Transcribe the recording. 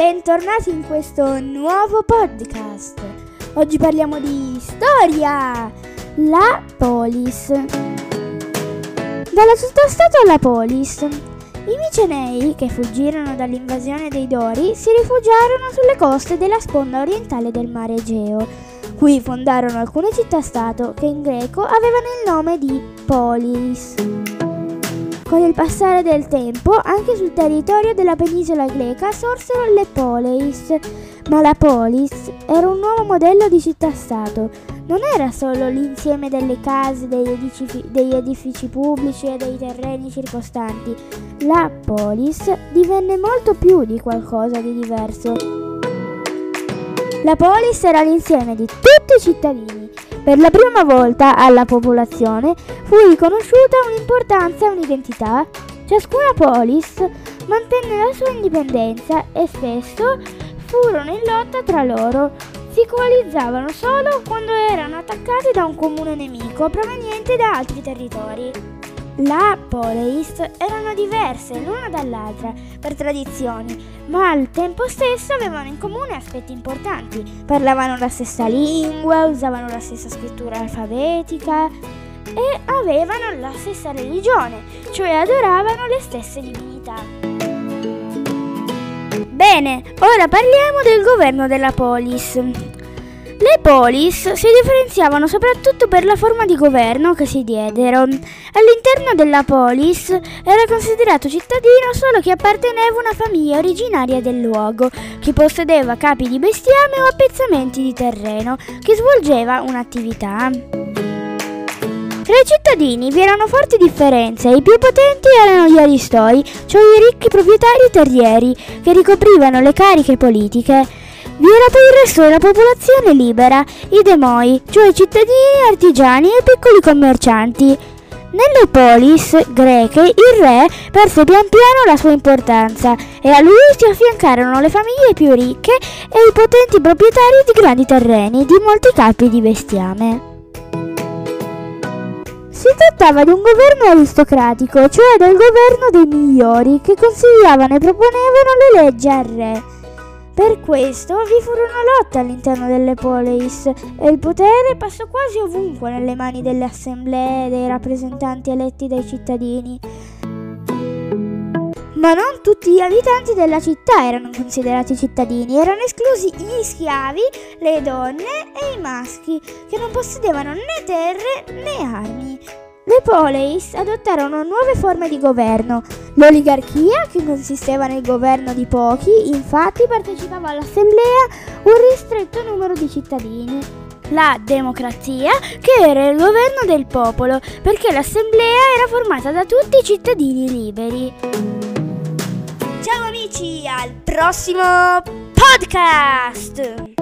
bentornati in questo nuovo podcast. Oggi parliamo di storia, la polis. Dalla città-stato alla polis. I Micenei, che fuggirono dall'invasione dei Dori, si rifugiarono sulle coste della sponda orientale del mare Egeo. Qui fondarono alcune città-stato che in greco avevano il nome di polis. Con il passare del tempo, anche sul territorio della penisola greca sorsero le poleis, ma la polis era un nuovo modello di città-stato. Non era solo l'insieme delle case, degli edifici pubblici e dei terreni circostanti. La polis divenne molto più di qualcosa di diverso. La polis era l'insieme di tutti i cittadini. Per la prima volta alla popolazione fu riconosciuta un'importanza e un'identità. Ciascuna polis mantenne la sua indipendenza e spesso furono in lotta tra loro. Si coalizzavano solo quando erano attaccati da un comune nemico proveniente da altri territori. La poleis erano diverse l'una dall'altra per tradizioni, ma al tempo stesso avevano in comune aspetti importanti. Parlavano la stessa lingua, usavano la stessa scrittura alfabetica e avevano la stessa religione, cioè adoravano le stesse divinità. Bene, ora parliamo del governo della polis. Le polis si differenziavano soprattutto per la forma di governo che si diedero. All'interno della polis era considerato cittadino solo chi apparteneva a una famiglia originaria del luogo, chi possedeva capi di bestiame o appezzamenti di terreno, chi svolgeva un'attività. Tra i cittadini vi erano forti differenze. I più potenti erano gli aristori, cioè i ricchi proprietari terrieri, che ricoprivano le cariche politiche. Vi era poi il resto della popolazione libera, i demoi, cioè cittadini, artigiani e piccoli commercianti. Nelle polis greche il re perse pian piano la sua importanza e a lui si affiancarono le famiglie più ricche e i potenti proprietari di grandi terreni di molti capi di bestiame. Si trattava di un governo aristocratico, cioè del governo dei migliori, che consigliavano e proponevano le leggi al re. Per questo vi furono lotte all'interno delle poleis e il potere passò quasi ovunque nelle mani delle assemblee dei rappresentanti eletti dai cittadini. Ma non tutti gli abitanti della città erano considerati cittadini, erano esclusi gli schiavi, le donne e i maschi, che non possedevano né terre né armi. Le poleis adottarono nuove forme di governo. L'oligarchia, che consisteva nel governo di pochi, infatti partecipava all'assemblea un ristretto numero di cittadini. La democrazia, che era il governo del popolo, perché l'assemblea era formata da tutti i cittadini liberi. Ciao amici, al prossimo podcast!